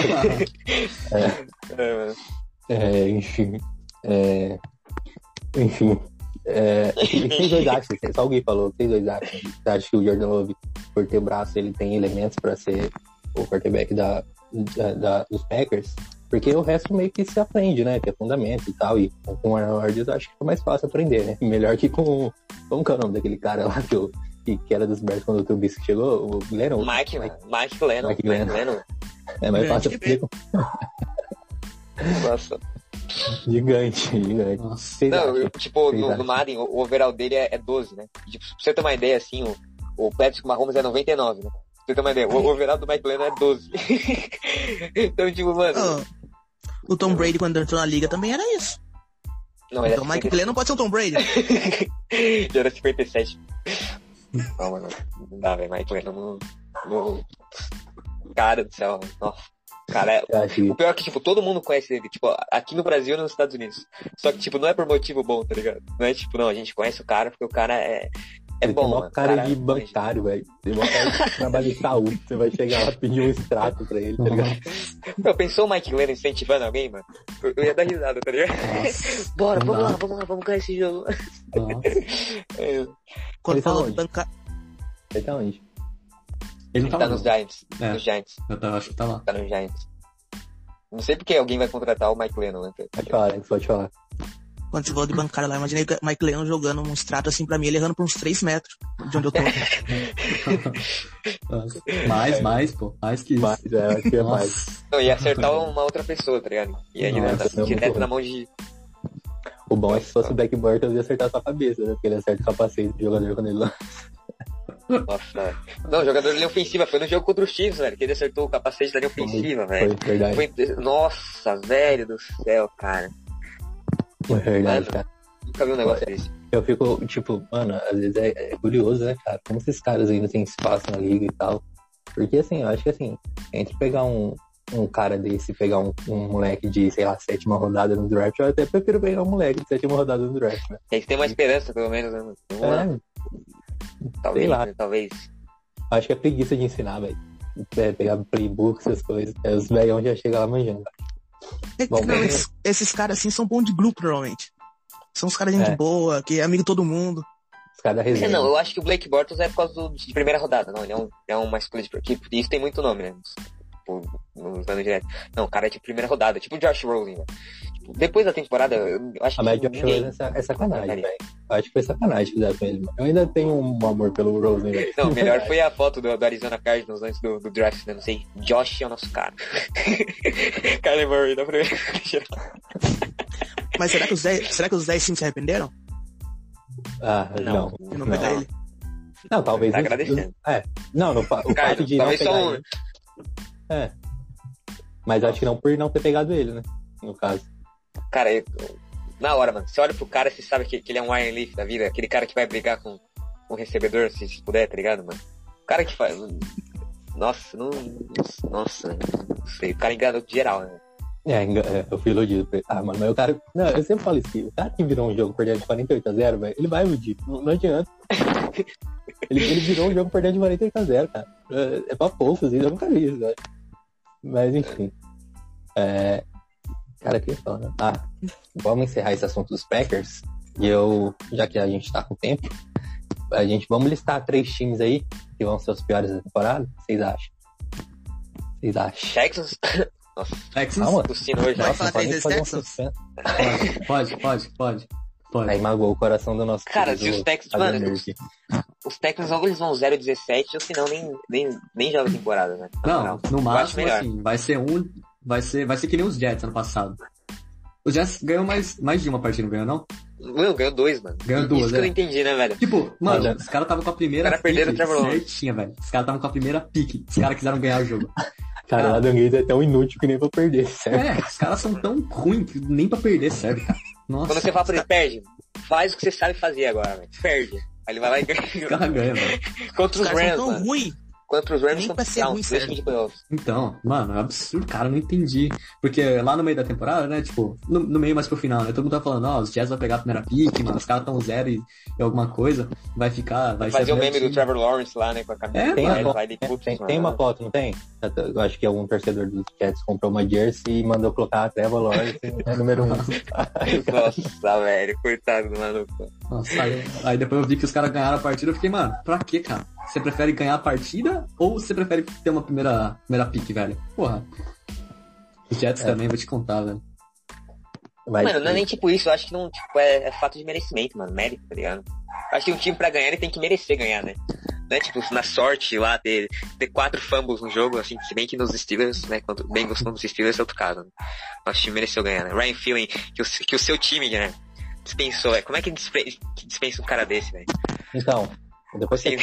enfim. Vocês dois acham, só alguém falou, vocês dois acham? Você acha que o Jordan Love, por ter braço, ele tem elementos pra ser o quarterback dos Packers? Porque o resto meio que se aprende, né? Que é fundamento e tal. E com o Aaron Rodgers eu acho que é mais fácil aprender, né? Melhor que com... Como que é o nome daquele cara lá que era dos Bears quando o Trubisky chegou? O Lennon? Mike Lennon. É mais fácil aprender com... Nossa. Gigante. Nossa. Não, tipo, no Madden, o overall dele é 12, né? Tipo, pra você ter uma ideia, assim, o Patrick Mahomes é 99, né? Pra você ter uma ideia, o overall do Mike Lennon é 12. Então, tipo, mano... O Tom Brady, quando entrou na liga, também era isso. Não, então o Mike Lennon pode ser o Tom Brady. Já era 57. Não dá, velho, Mike Lennon não... Cara do céu, nossa. Cara, o pior é que, tipo, todo mundo conhece ele, tipo, aqui no Brasil e nos Estados Unidos. Só que, tipo, não é por motivo bom, tá ligado? Não é tipo, não, a gente conhece o cara porque o cara é bom, mano. Tem cara de bancário, velho. Tem uma cara de trabalho de saúde. Você vai chegar lá e pedir um extrato pra ele, tá ligado? Não, pensou o Mike Lennon incentivando alguém, mano? Eu ia dar risada, tá ligado? Bora, vamos lá, vamos ganhar esse jogo. Quando falou de bancário... Ele tá onde? Ele tá nos Giants. Nos Giants. Eu acho que tá lá. Tá nos Giants. Não sei porque alguém vai contratar o Mike Lennon, né? Pode falar. Quando você falou de bancário lá, imaginei o Mike Lennon jogando um extrato assim pra mim, ele errando por uns 3 metros de onde eu tô. Mais, pô. Mais que isso. Acho que é mais. Não, ia acertar uma outra pessoa, tá ligado? E aí direto na mão de... O bom é que se fosse o Black Bortles ia acertar a sua cabeça, né? Porque ele acerta o capacete do jogador quando ele lança. Nossa, não, o jogador de linha ofensiva foi no jogo contra os Chiefs, velho, que ele acertou o capacete da linha ofensiva, velho. Foi verdade. Nossa, velho do céu, cara. Foi verdade, cara. Nunca vi um negócio desse. Eu fico, tipo, mano, às vezes é curioso, né, cara? Como esses caras ainda têm espaço na liga e tal. Porque, assim, eu acho que, assim, entre pegar um cara desse e pegar um moleque de, sei lá, 7ª rodada no draft, eu até prefiro pegar um moleque de 7ª rodada no draft, né? Tem que ter uma esperança, pelo menos, né? Talvez, sei lá. Né? Talvez. Acho que é preguiça de ensinar, velho. Pegar playbook, essas coisas. Os velhão já chegam lá manjando. Esses caras assim são bons de grupo, normalmente. São os caras de gente boa, que é amigo de todo mundo. Os caras da resenha. Não, eu acho que o Blake Bortles é por causa de primeira rodada. Não, ele é uma escolha de... Isso tem muito nome, né? Nos anos direto. Não, o cara é de primeira rodada. Tipo o Josh Rosen, né? Depois da temporada, eu acho A que média ninguém... é sacanagem, velho. Eu acho que foi sacanagem que fizeram com ele, mano. Eu ainda tenho um amor pelo Rosen, velho. Não, melhor foi a foto do Arizona Cardinals antes do draft, né? Não sei. Josh é o nosso cara. Kyler Murray, da primeira. Mas será que os 10 times se arrependeram? Ah, não. De não pegar ele? Não, talvez... Tá agradecendo. Não, o fato de não pegar ele... Mas acho que não por não ter pegado ele, né? No caso. Cara, na hora, mano, você olha pro cara, você sabe que ele é um Iron Leaf da vida, aquele cara que vai brigar com o recebedor, se puder, tá ligado, mano? O cara que faz... Nossa, não sei, o cara enganou de geral, né? Eu fui iludido. Mano, mas o cara... Não, eu sempre falo isso, o cara que virou um jogo perdendo de 48-0, velho, ele vai iludir, não adianta. ele virou um jogo perdendo de 48-0, cara. É pra poucos, eu nunca vi isso, velho. Mas, enfim. Cara, que foda. Vamos encerrar esse assunto dos Packers. E já que a gente tá com tempo, vamos listar 3 times aí que vão ser os piores da temporada. Vocês acham? Texans? Nossa. Texans? O senhor já. Vai falar 3 vezes Texans? Pode. Aí magoou o coração do nosso... Cara, se os Texans... Mano, os Texans ou eles vão 0-17, ou senão nem joga temporada, né? Não, no máximo, assim, vai ser que nem os Jets ano passado. Os Jets ganhou mais de uma partida, não ganhou, não? Não, ganhou 2, mano. Ganhou 2, Isso que eu não entendi, né, velho? Tipo, mano, os caras estavam com a primeira pique perderam o Trevor Lawrence. certinha, velho. Os caras estavam com a primeira pique. Os caras quiseram ganhar o jogo. Cara, o Adam Gaze é tão inútil que nem pra perder, certo? Os caras são tão ruins que nem pra perder serve, cara. Nossa. Quando você fala pra ele, perde, faz o que você sabe fazer agora, velho. Perde. Aí ele vai lá e ganha. Os caras ganham, velho. Contra os Rams, tão ruim. Contra os Rams Nem são pra ser ruim, de playoffs. Então, mano, é absurdo, cara, não entendi. Porque lá no meio da temporada, né, tipo, no meio mais pro final, né, todo mundo tá falando, os Jets vão pegar a primeira pick, mano, os caras tão 0 e alguma coisa, vai fazer o meme do Trevor Lawrence lá, né, com a camisa. Tem uma foto, não tem? Eu acho que algum torcedor dos Jets comprou uma jersey e mandou colocar a Trevor Lawrence número 1. Nossa, velho, coitado do maluco. Nossa, aí depois eu vi que os caras ganharam a partida, eu fiquei, mano, pra quê, cara? Você prefere ganhar a partida ou você prefere ter uma primeira pick, velho? Porra. Os Jets também, vou te contar, velho. Mano, não é nem tipo isso, eu acho que não, tipo, é fato de merecimento, mano, mérito, tá ligado? Eu acho que um time pra ganhar, ele tem que merecer ganhar, né? Não é tipo, na sorte lá, ter 4 fumbles no jogo, assim, se bem que nos Steelers, né, quando bem gostou dos Steelers é outro caso, né? Nosso time mereceu ganhar, né? Ryan Phelan, que o seu time, né, dispensou, velho. Como é que dispensa um cara desse, velho? Então, depois que...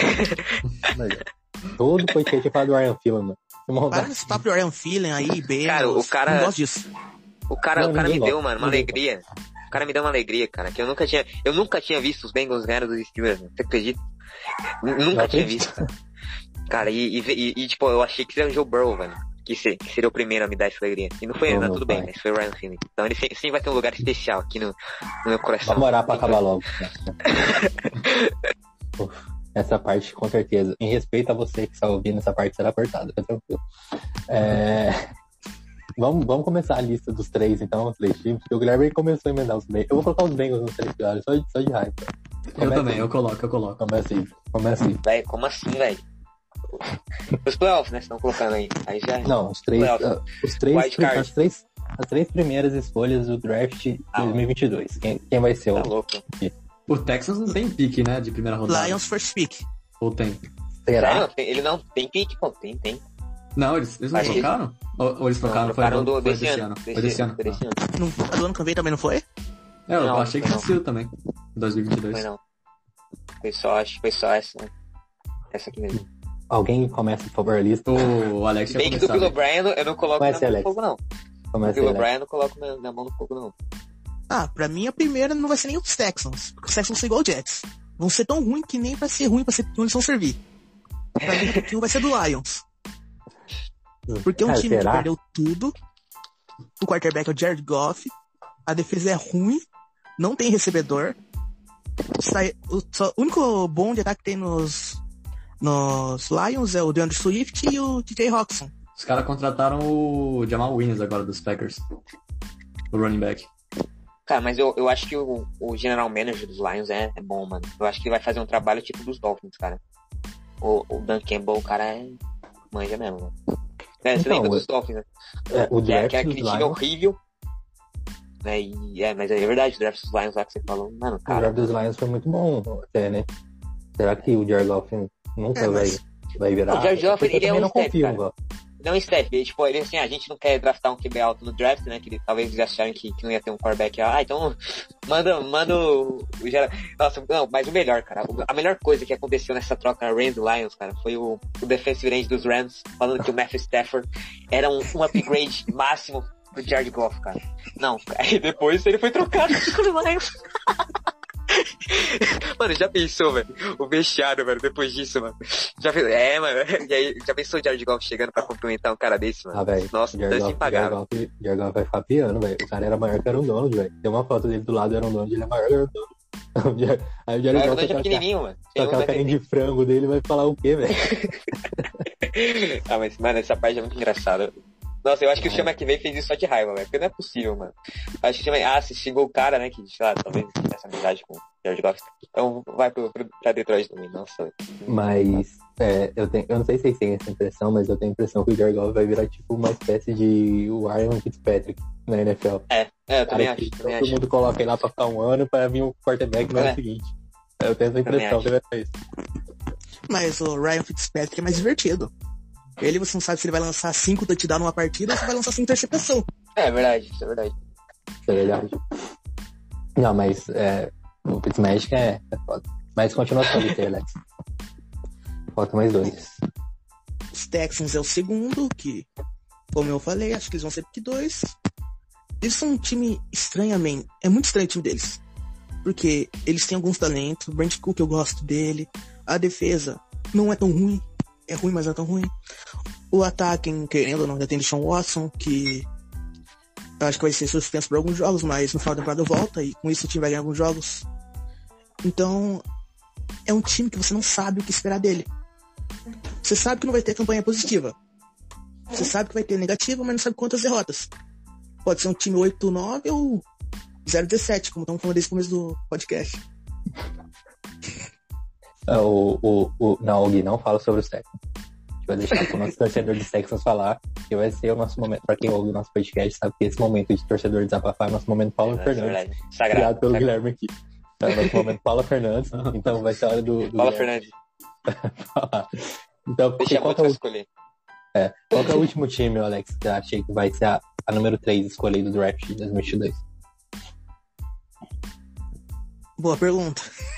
Todo podcast fala do Ryan Phelan, mano. Para esse papo do Ryan Phelan aí, bem. Cara, o cara... Não gosto disso. O cara me deu, mano, uma alegria. O cara me deu uma alegria, cara, que eu nunca tinha visto os Bengals ganhando dos Steelers, mano. Você acredita? Nunca tinha visto, cara. Cara, e tipo, eu achei que seria o Joe Burrow, velho. Que seria o primeiro a me dar essa alegria. E não foi, tudo bem, mas foi o Ryan Phelan. Então ele sempre vai ter um lugar especial aqui no meu coração. Vamos orar pra acabar logo. Essa parte, com certeza. Em respeito a você que está ouvindo, essa parte será cortada, tá tranquilo. Vamos começar a lista dos 3, então, os 3 times, porque o Guilherme começou a emendar os Bengals. Eu vou colocar os Bengals nos 3 piores, só de raiva. Eu também, eu coloco. Começa aí. Véi, como assim, velho? Os playoffs, né? Estão colocando aí. Aí já. Não, as 3 primeiras escolhas do draft 2022. Quem vai ser tá louco. O Texans não tem pique, né? De primeira rodada. Lions first pick. Ou tem? Será? Ele não tem pique, pô. Tem. Não, eles não trocaram? Ou eles trocaram? Foi desse ano. Foi desse ano. Do ano que vem também não foi? Eu achei que tinha sido também. 2022. Foi não. Foi só essa aqui mesmo. Alguém começa, por favor, a lista. O Alex bem que do Bill O'Brien eu não coloco na mão no fogo, não. O Bill O'Brien eu não coloco na mão no fogo, não. Pra mim a primeira não vai ser nem os Texans. Porque os Texans são igual os Jets. Vão ser tão ruins que nem vai ser ruim pra ser onde eles vão servir. Pra mim o pouquinho vai ser do Lions. Porque é um time que perdeu tudo. O quarterback é o Jared Goff. A defesa é ruim. Não tem recebedor. O único bom de ataque que tem nos Lions é o DeAndre Swift e o TJ Hawkinson. Os caras contrataram o Jamal Williams agora dos Packers. O running back. Cara, mas eu acho que o general manager dos Lions é bom, mano. Eu acho que ele vai fazer um trabalho tipo dos Dolphins, cara. O Dan Campbell, o cara manja mesmo, mano. Você lembra dos Dolphins, né? O draft aquele time horrível. né? Mas é verdade, o draft dos Lions lá que você falou, mano, cara. O draft dos Lions foi muito bom até, né? Será que o Jared Goff nunca vai virar? Não, o Jared Goff, ele é um não step, confio, cara. Não, Steph, ele assim, a gente não quer draftar um QB alto no draft, né? Que talvez eles acharam que não ia ter um quarterback. Então manda o Gerald. Nossa, não, mas o melhor, cara. A melhor coisa que aconteceu nessa troca Rams-Lions, cara, foi o defensive end dos Rams falando que o Matthew Stafford era um upgrade máximo pro Jared Goff, cara. Não, aí depois ele foi trocado com o Lions. Mano, já pensou, velho? O vestiário, velho, depois disso, mano. Mano. E aí, já pensou o Jared Goff chegando pra complementar um cara desse, mano? Velho. Nossa, tá impagável. O Jared Goff vai ficar piano, velho. O cara era maior que era um dono, velho. Tem uma foto dele do lado, era um dono, ele é maior que era um dono. Aí o Jared Goff é pequenininho, mano. Só que a carinha de frango dele vai falar o quê, velho? Mas, mano, essa parte é muito engraçada. Nossa, eu acho que o Sean McVay fez isso só de raiva, velho. Porque não é possível, mano. Acho que se xingou o cara, né? Que, sei lá, talvez tenha essa amizade com o Jared Goff. Então vai pra Detroit também, nossa, velho. Mas, eu não sei se vocês têm essa impressão, mas eu tenho a impressão que o Jared Goff vai virar tipo uma espécie de Ryan Fitzpatrick na NFL. Eu também acho. Todo mundo coloca ele lá pra ficar um ano pra vir o quarterback no ano seguinte. Eu tenho essa impressão que vai ser isso. Mas o Ryan Fitzpatrick é mais divertido. Ele, você não sabe se ele vai lançar 5 touchdowns numa partida ou se vai lançar 5 interceptação. É verdade, isso é verdade. Isso é verdade. Não, mas o Fitzmagic é foda. Mas continua só de ter, Alex. Falta mais 2. Os Texans é o segundo, que, como eu falei, acho que eles vão ser pick 2. Eles são um time estranhamente... É muito estranho o time deles. Porque eles têm alguns talentos. O Brent Cook, eu gosto dele. A defesa não é tão ruim. É ruim, mas não é tão ruim. O ataque, querendo ou não, já tem o Sean Watson, que eu acho que vai ser suspenso por alguns jogos, mas no final da temporada volta, e com isso o time vai ganhar alguns jogos. Então, é um time que você não sabe o que esperar dele. Você sabe que não vai ter campanha positiva. Você sabe que vai ter negativa, mas não sabe quantas derrotas. Pode ser um time 8-9 ou 0-17, como estamos falando desde o começo do podcast. Não, o Gui não fala sobre os Texans. A gente vai deixar pro nosso torcedor dos Texans falar, que vai ser o nosso momento. Pra quem ouve o nosso podcast, sabe que esse momento de torcedor desabafar é o nosso momento Paulo Fernandes. Criado pelo Guilherme aqui. É o nosso momento Paulo Fernandes. Então vai ser a hora do Paulo Fernandes. falar. Então, deixa muito pra escolher. Qual que é o último time, Alex, que você acha que vai ser a número 3 escolhida do draft de 2022? Boa pergunta.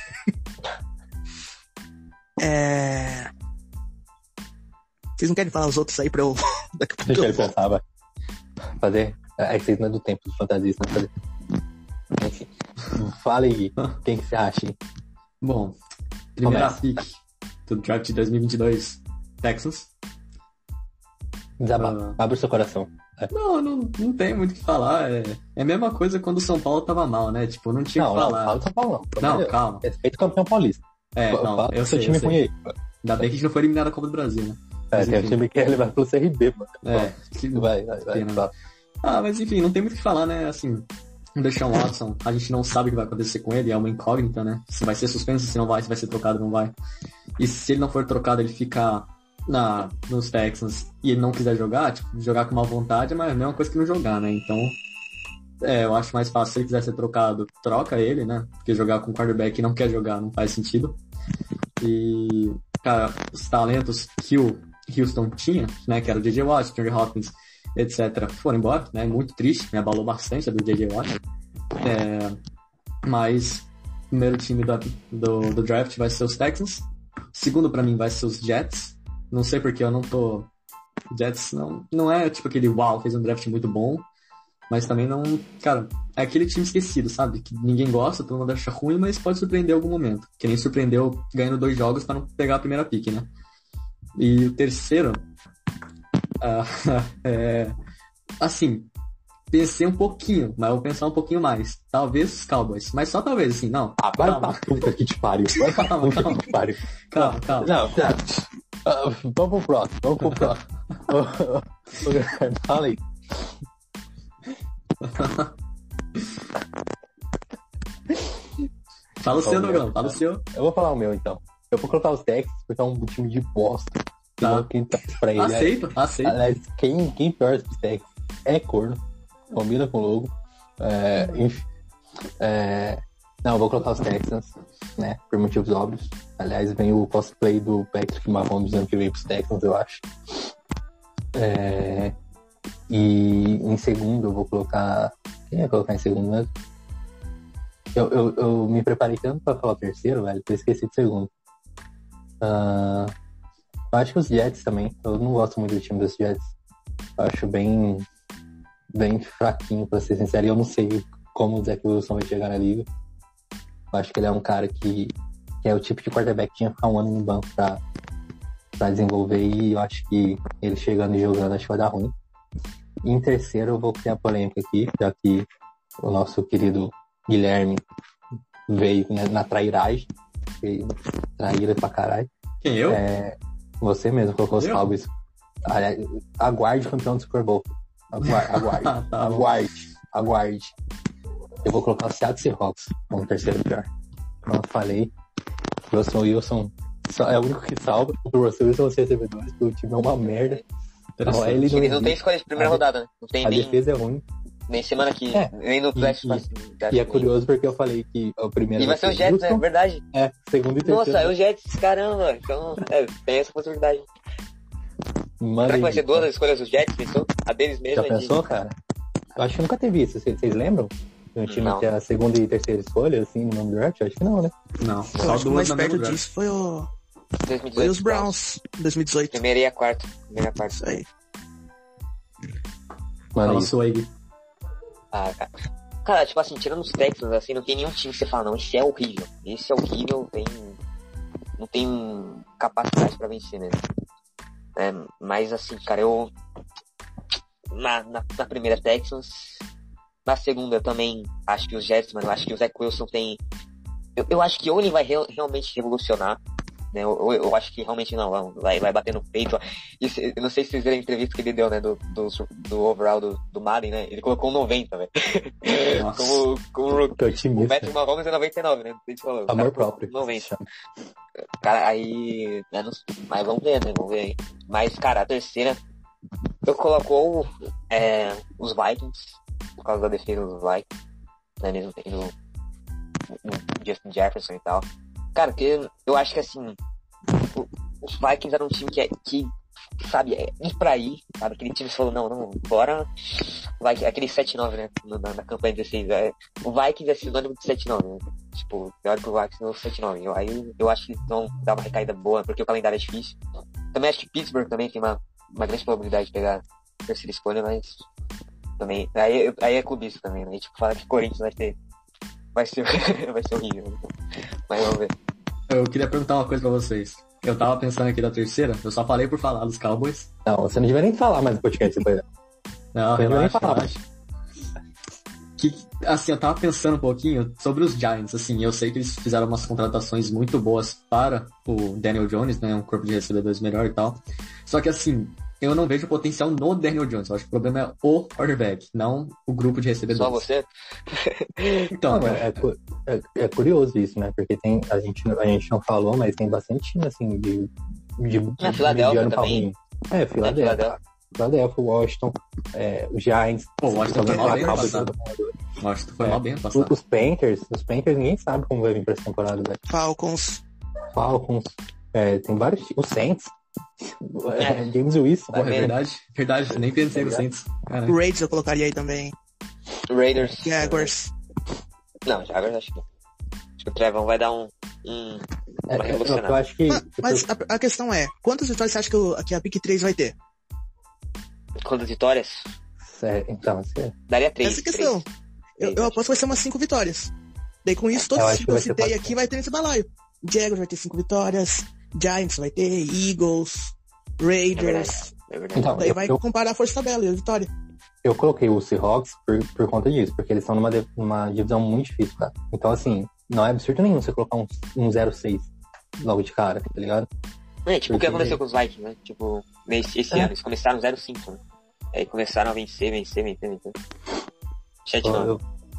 Vocês não querem falar os outros aí pra eu... Deixa ele pensar, vai. Fazer... É que vocês não é do tempo dos fantasistas, fazer... Enfim. Fala aí, quem que você acha, hein? Bom, primeira pick do draft de 2022, Texans. Abre o seu coração. Não tem muito o que falar. É a mesma coisa quando o São Paulo tava mal, né? Tipo, não tinha o que falar. Não, fala do São Paulo não. Não, calma. Respeito o campeão paulista. Eu sei. Time ruim aí. Ainda bem que a gente não foi eliminado da Copa do Brasil, né? Tem um time que ele vai pelo CRB, mano. Vai. Mas enfim, não tem muito o que falar, né? Assim, o Deshaun Watson, a gente não sabe o que vai acontecer com ele, é uma incógnita, né? Se vai ser suspenso, se não vai, se vai ser trocado, não vai. E se ele não for trocado, ele fica nos Texans e ele não quiser jogar, tipo, jogar com má vontade, mas é a mesma coisa que não jogar, né? Então, eu acho mais fácil, se ele quiser ser trocado, troca ele, né? Porque jogar com quarterback e não quer jogar não faz sentido. E, cara, os talentos que o Houston tinha, né? Que era o J.J. Watt, Johnny Hopkins, etc., foram embora, né? Muito triste, me abalou bastante a do J.J. Watt. Mas o primeiro time do draft vai ser os Texans. Segundo, pra mim, vai ser os Jets. Não sei porque eu não tô... Jets não é tipo aquele fez um draft muito bom, mas também não... Cara, é aquele time esquecido, sabe? Que ninguém gosta, todo mundo acha ruim, mas pode surpreender em algum momento. Que nem surpreendeu ganhando 2 jogos pra não pegar a primeira pick, né? E o terceiro... assim, pensei um pouquinho, mas eu vou pensar um pouquinho mais. Talvez os Cowboys, mas só talvez, assim, não. Vai pra puta que te pariu. Vai pra puta que te pariu. Calma. Não. Vamos pro próximo. Fala aí. Fala o seu, Dogão. Fala o seu. Eu vou falar o meu, então. Eu vou colocar os Texans, porque é um time de bosta. Quem tá pra ele. Aceito. Aliás, quem torce pros Texans é corno. Combina com o logo. Enfim. Não, eu vou colocar os Texans, né? Por motivos óbvios. Aliás, vem o cosplay do Patrick Mahomes dizendo que veio pros Texans, eu acho. E em segundo eu vou colocar... Quem ia colocar em segundo mesmo? Eu me preparei tanto pra falar o terceiro, velho, que eu esqueci de segundo. Eu acho que os Jets também. Eu não gosto muito do time dos Jets. Eu acho bem fraquinho, pra ser sincero. E eu não sei como o Zach Wilson vai chegar na liga. Eu acho que ele é um cara que é o tipo de quarterback que tinha que ficar um ano no banco pra desenvolver. E eu acho que ele chegando e jogando, acho que vai dar ruim. E em terceiro eu vou criar polêmica aqui, já que o nosso querido Guilherme veio na trairagem. Traíra pra caralho. Quem, eu? Você mesmo colocou os Cowboys. Aguarde o campeão do Super Bowl. Aguarde. Eu vou colocar o Seattle Seahawks como terceiro pior. Como eu falei, o Russell Wilson é o único que salva. O Russell Wilson é recebedores, porque o time é uma merda. Então, ele não tem escolha de primeira rodada, né? Não tem a defesa é ruim. Nem semana que nem no draft. E é curioso porque eu falei que o primeiro... E vai ser o Jets, né? Verdade. Segundo e terceiro. Nossa, é o Jets, caramba. Então, tem essa possibilidade. Será que vai ser duas escolhas dos Jets, pensou? A deles mesmo. Já pensou, cara? Eu acho que nunca teve isso. Vocês lembram? Um time que é a segunda e terceira escolha, assim, no nome draft? Acho que não, né? Não. Eu acho que o mais perto disso foi o... 2018, foi os Browns, 2018. Primeira e a quarta. Isso aí. Mano, cara, tipo assim, tirando os Texans, assim, não tem nenhum time que você fala, não, esse é horrível, não tem capacidade pra vencer, né? Mas assim, cara, eu na primeira Texans, na segunda também acho que os Jets, mas eu acho que o Zach Wilson tem, eu acho que ou ele vai realmente revolucionar, né? Eu acho que realmente não, vai bater no peito. Eu não sei se vocês viram a entrevista que ele deu, né, do overall do Madden, né? Ele colocou um 90, velho. como o Patrick Mahomes é 99, né? Falou, amor próprio. 90. Cara, aí... Mas vamos ver, né? Mas, cara, a terceira... Eu coloco os Vikings, por causa da defesa dos Vikings, né? Mesmo tendo o Justin Jefferson e tal. Cara, porque eu acho que assim, os Vikings eram um time que sabe, ir pra ir, sabe? Aquele time que falou, não, bora. Aquele 7-9, né? Na campanha 16. O Vikings é sinônimo de 7-9, né? Tipo, pior que o Vikings no 7-9. Aí eu acho que eles vão dar uma recaída boa, porque o calendário é difícil. Também acho que Pittsburgh também tem uma grande probabilidade de pegar a terceira escolha, mas também. Aí é clubista também, né? Tipo, fala que o Corinthians vai ser horrível. Mas vamos ver. Eu queria perguntar uma coisa pra vocês. Eu tava pensando aqui da terceira, eu só falei por falar dos Cowboys. Não, você não devia nem falar mais do podcast depois. Não, relaxa. Assim, eu tava pensando um pouquinho sobre os Giants, assim, eu sei que eles fizeram umas contratações muito boas para o Daniel Jones, né, um corpo de recebedores melhor e tal. Só que assim, eu não vejo potencial no Daniel Jones. Eu acho que o problema é o quarterback, não o grupo de recebedores. Só você? Então, é curioso isso, né? Porque a gente não falou, mas tem bastante time, assim, de Filadélfia também. Filadélfia, Washington, os Giants. Pô, o Washington foi mal bem passado. Foi mal bem passado. Os Panthers, ninguém sabe como vai vir pra essa temporada, velho. Falcons. Tem vários. Os Saints. James Wilson. Porra, é verdade, nem pensei no Saints. O Raiders eu colocaria aí também. Raiders. Jaguars. Não, Jaguars acho que o Trevão vai dar uma revolucionada. Eu acho que... Mas a questão é, quantas vitórias você acha que a Pick 3 vai ter? Quantas vitórias? Então, daria 3. Essa questão. Eu aposto que vai ser umas 5 vitórias. Daí com isso, todos que eu citei aqui vai ter nesse balaio. Jaguars vai ter 5 vitórias, Giants vai ter, Eagles, Raiders. É verdade. Então, daí vai comparar a força-tabela e a vitória. Eu coloquei o Seahawks por conta disso, porque eles estão numa divisão muito difícil, cara. Então, assim, não é absurdo nenhum você colocar um 0-6 logo de cara, tá ligado? O que aconteceu com os Vikings, né? Tipo, esse ano, eles começaram 0-5, né? Aí começaram a vencer. 7-9.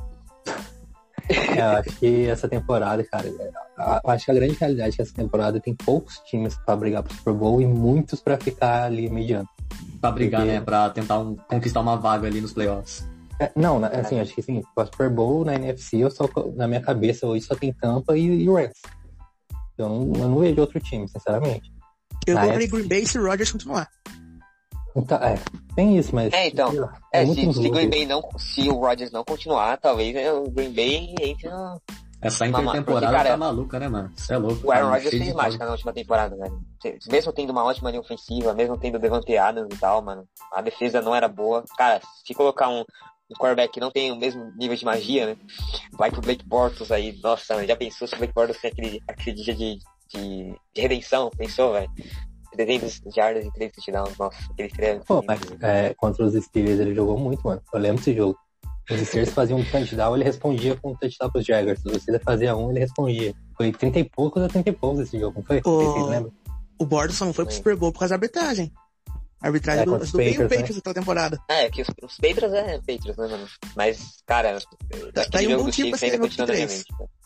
Eu acho que essa temporada, cara, eu acho que a grande realidade é que essa temporada tem poucos times pra brigar pro Super Bowl e muitos pra ficar ali mediano. Pra brigar, né? Pra tentar conquistar uma vaga ali nos playoffs. Não, assim, acho que assim, o Super Bowl na NFC, na minha cabeça hoje só tem Tampa e Rams. Eu não vejo outro time, sinceramente. Eu colocaria Green Bay se o Rodgers continuar. Então, tem isso, mas... então, se Green Bay se o Rodgers não continuar, talvez o Green Bay entre no... Essa intertemporada tá maluca, né, mano? Isso é louco. O Aaron Rodgers fez mágica na última temporada, velho. Mesmo tendo uma ótima linha ofensiva, mesmo tendo Devante Adams e tal, mano, a defesa não era boa. Cara, se colocar um quarterback que não tem o mesmo nível de magia, né? Vai pro Blake Bortles aí, nossa, mano, já pensou se o Blake Bortles tem aquele dia de redenção? Pensou, velho? 300 jardas e 3 touchdowns, nossa, aquele seria... Pô, mas contra os Steelers ele jogou muito, mano. Eu lembro desse jogo. Os Steelers faziam um touchdown, ele respondia com um touchdown pros Jaguars. Se você fazia ele respondia. Foi 30 e poucos ou 30 e poucos esse jogo, não foi? Vocês lembram? O Bortles só não foi pro Super Bowl por causa da arbitragem. A arbitragem do Patriots naquela temporada. Que os Patriots Patriots, né, mano? Mas, cara, tá aí um bom time pra ser no top 3.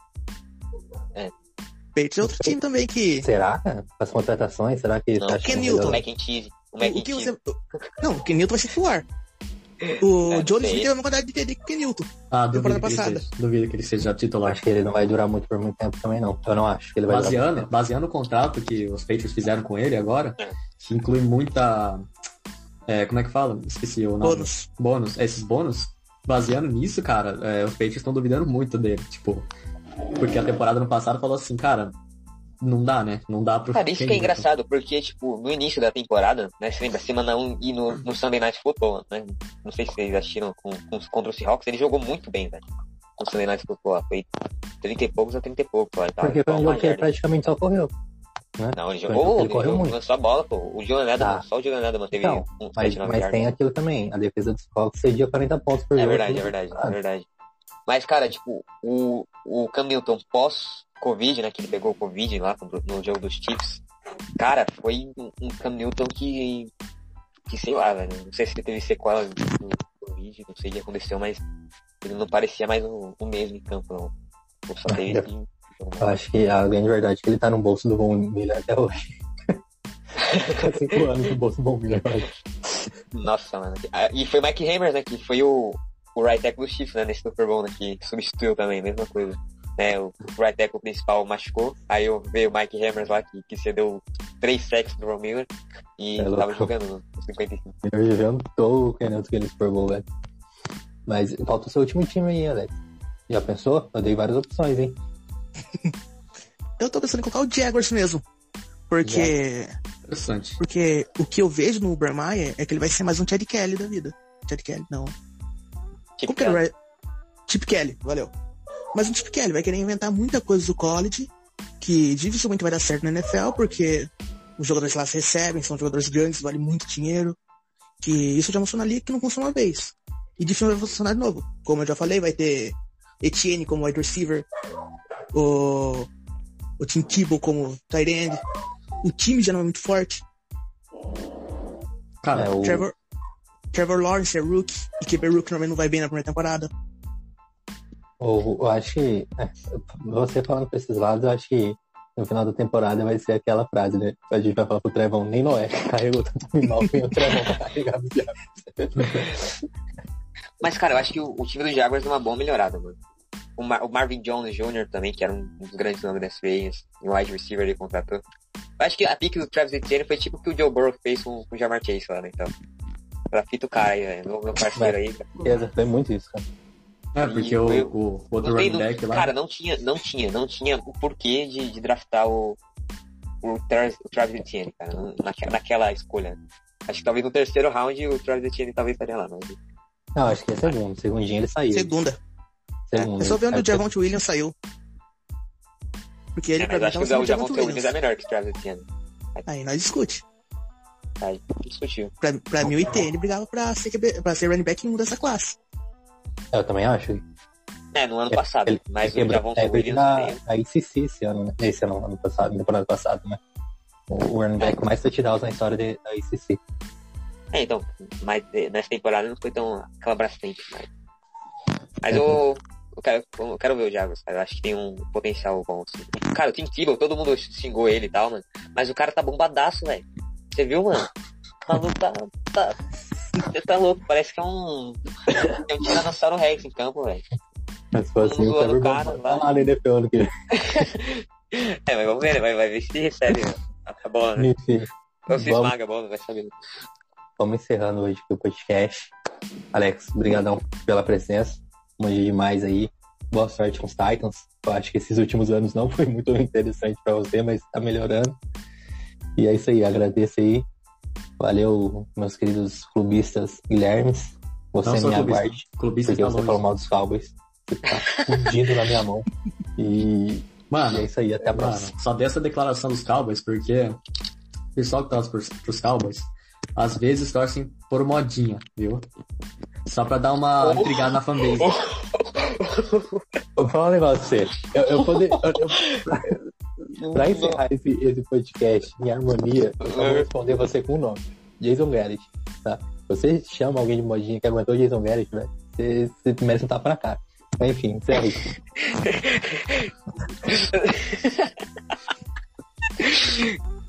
Patriots é outro time também que... Será? As contratações, será que... Não, o Ken Newton. O Mac and Cheese. Não, o Ken Newton vai ser titular. O Jones teve uma quantidade de TD com o Ken Newton. Temporada passada. Duvido que ele seja titular. Acho que ele não vai durar muito por muito tempo também, não. Eu não acho que ele vai durar. Baseando o contrato que os Patriots fizeram com ele agora, que inclui muita... como é que fala? Esqueci o nome. Bônus. Esses bônus, baseando nisso, cara, os Patriots estão duvidando muito dele. Tipo, porque a temporada no passado falou assim, cara... Não dá, né? Não dá pro... Cara, isso que é engraçado, porque, tipo, no início da temporada, né, você lembra, semana 1 e no Sunday Night Football, né? Não sei se vocês assistiram contra o Seahawks, ele jogou muito bem, velho. No Sunday Night Football, foi 30 e poucos a 30 e poucos lá e tal. Porque foi um jogo que praticamente só correu, né? Não, ele jogou, lançou a bola, pô. O Jordan Adams, só o Jordan Adams teve mas tem aquilo também, a defesa dos Seahawks cedia 40 pontos por jogo. É verdade. Mas, cara, tipo, o Cam Newton pós-Covid, né, que ele pegou o Covid lá no jogo dos Chiefs, cara, foi um Cam Newton que sei lá, velho, não sei se ele teve sequela do Covid, não sei o que aconteceu, mas ele não parecia mais o mesmo em campo, não. Só teve eu acho que a grande verdade é que ele tá no bolso do Von Miller até hoje. Tá 5 anos no bolso do Von Miller. Nossa, mano. E foi o Mike Hammers, né, que foi o right tackle do Chiefs, né, nesse Super Bowl, né, que substituiu também, mesma coisa. Né, o right tackle principal machucou, aí veio o Mike Hammers lá, que cedeu 3 sacks pro Von Miller, e tava jogando no 55. Eu jantou o Kenneth no Super Bowl, velho. Mas falta o seu último time aí, Alex. Já pensou? Eu dei várias opções, hein? Eu tô pensando em colocar o Jaguars mesmo. Porque... Interessante. Porque o que eu vejo no Urban Meyer é que ele vai ser mais um Chad Kelly da vida. Chad Kelly, não. Chip Kelly, valeu. Mas o Chip Kelly vai querer inventar muita coisa do college, que dificilmente vai dar certo na NFL, porque os jogadores lá se recebem, são jogadores grandes, valem muito dinheiro, que isso já funciona ali, que não funciona uma vez. E dificilmente vai funcionar de novo. Como eu já falei, vai ter Etienne como wide receiver, o Tim Tebow como tight end, o time já não é muito forte. Cara, Trevor Lawrence é rookie, e QB rookie normalmente não vai bem na primeira temporada. Eu acho que, você falando pra esses lados, eu acho que no final da temporada vai ser aquela frase, né? A gente vai falar pro Trevon, nem Noé carregou tanto mal, vem o Trevon pra carregar os Jaguars. Mas, cara, eu acho que o time do Jaguars deu uma boa melhorada, mano. O Marvin Jones Jr. também, que era um dos grandes nomes dessa vez, o wide receiver ele contratou. Eu acho que a pick do Travis Etienne foi tipo o que o Joe Burrow fez com o Jamar Chase lá, né? Então, pra fita o cara aí, meu parceiro aí. Foi muito isso, cara. Porque o outro running back lá... Cara, não tinha o porquê de draftar o Travis Etienne, cara, naquela escolha. Acho que talvez no terceiro round o Travis Etienne talvez estaria lá, mas... Não, acho que é segundo. Segundinho ele saiu. Segunda. Eu só vendo o Javonte Williams saiu. Porque ele mas acho que o Javonte Williams é melhor que o Travis Etienne. Aí nós discute. Aí discutiu. Pra mim o Etienne brigava pra ser running back 1 dessa classe. Eu também acho. No ano passado. Mas o Javonte Williams... A ICC esse ano, né? Ano passado, temporada passada, né? O running back mais touchdowns na história da ICC. Então, mas nessa temporada não foi tão aquela brastante, mas eu quero ver o Jaguars, cara. Eu acho que tem um potencial bom, assim. Cara, o Tim Tebow, todo mundo xingou ele e tal, mano. Mas o cara tá bombadaço, velho. Você viu, mano? O maluco tá... Você tá louco, parece que é um Tiranossauro Rex em campo, velho. Mas se for assim, o Trevor Bauer tá lá na NFL ano que vem. Mas vamos ver, né? Vai ver se recebe a bola, né? Enfim. Ou se esmaga a bola, vai saber. Vamos encerrando hoje o podcast. Alex, brigadão pela presença. Manjei demais aí. Boa sorte com os Titans. Eu acho que esses últimos anos não foi muito interessante pra você, mas tá melhorando. E é isso aí, agradeço aí. Valeu, meus queridos clubistas Guilhermes. Você me aguarde. Clubista porque você falou mal dos Cowboys. Você tá fundindo na minha mão. E é isso aí, até a próxima. Só dessa declaração dos Cowboys, porque o pessoal que torce pros Cowboys, às vezes torcem por modinha, viu? Só pra dar uma intrigada na fanbase. Vou falar um negócio pra você. Pra encerrar esse podcast em harmonia, eu só vou responder você com o nome. Jason Garrett, tá? Você chama alguém de modinha que aguentou o Jason Garrett, velho, você merece um tapa na cara. Mas enfim, encerra aí.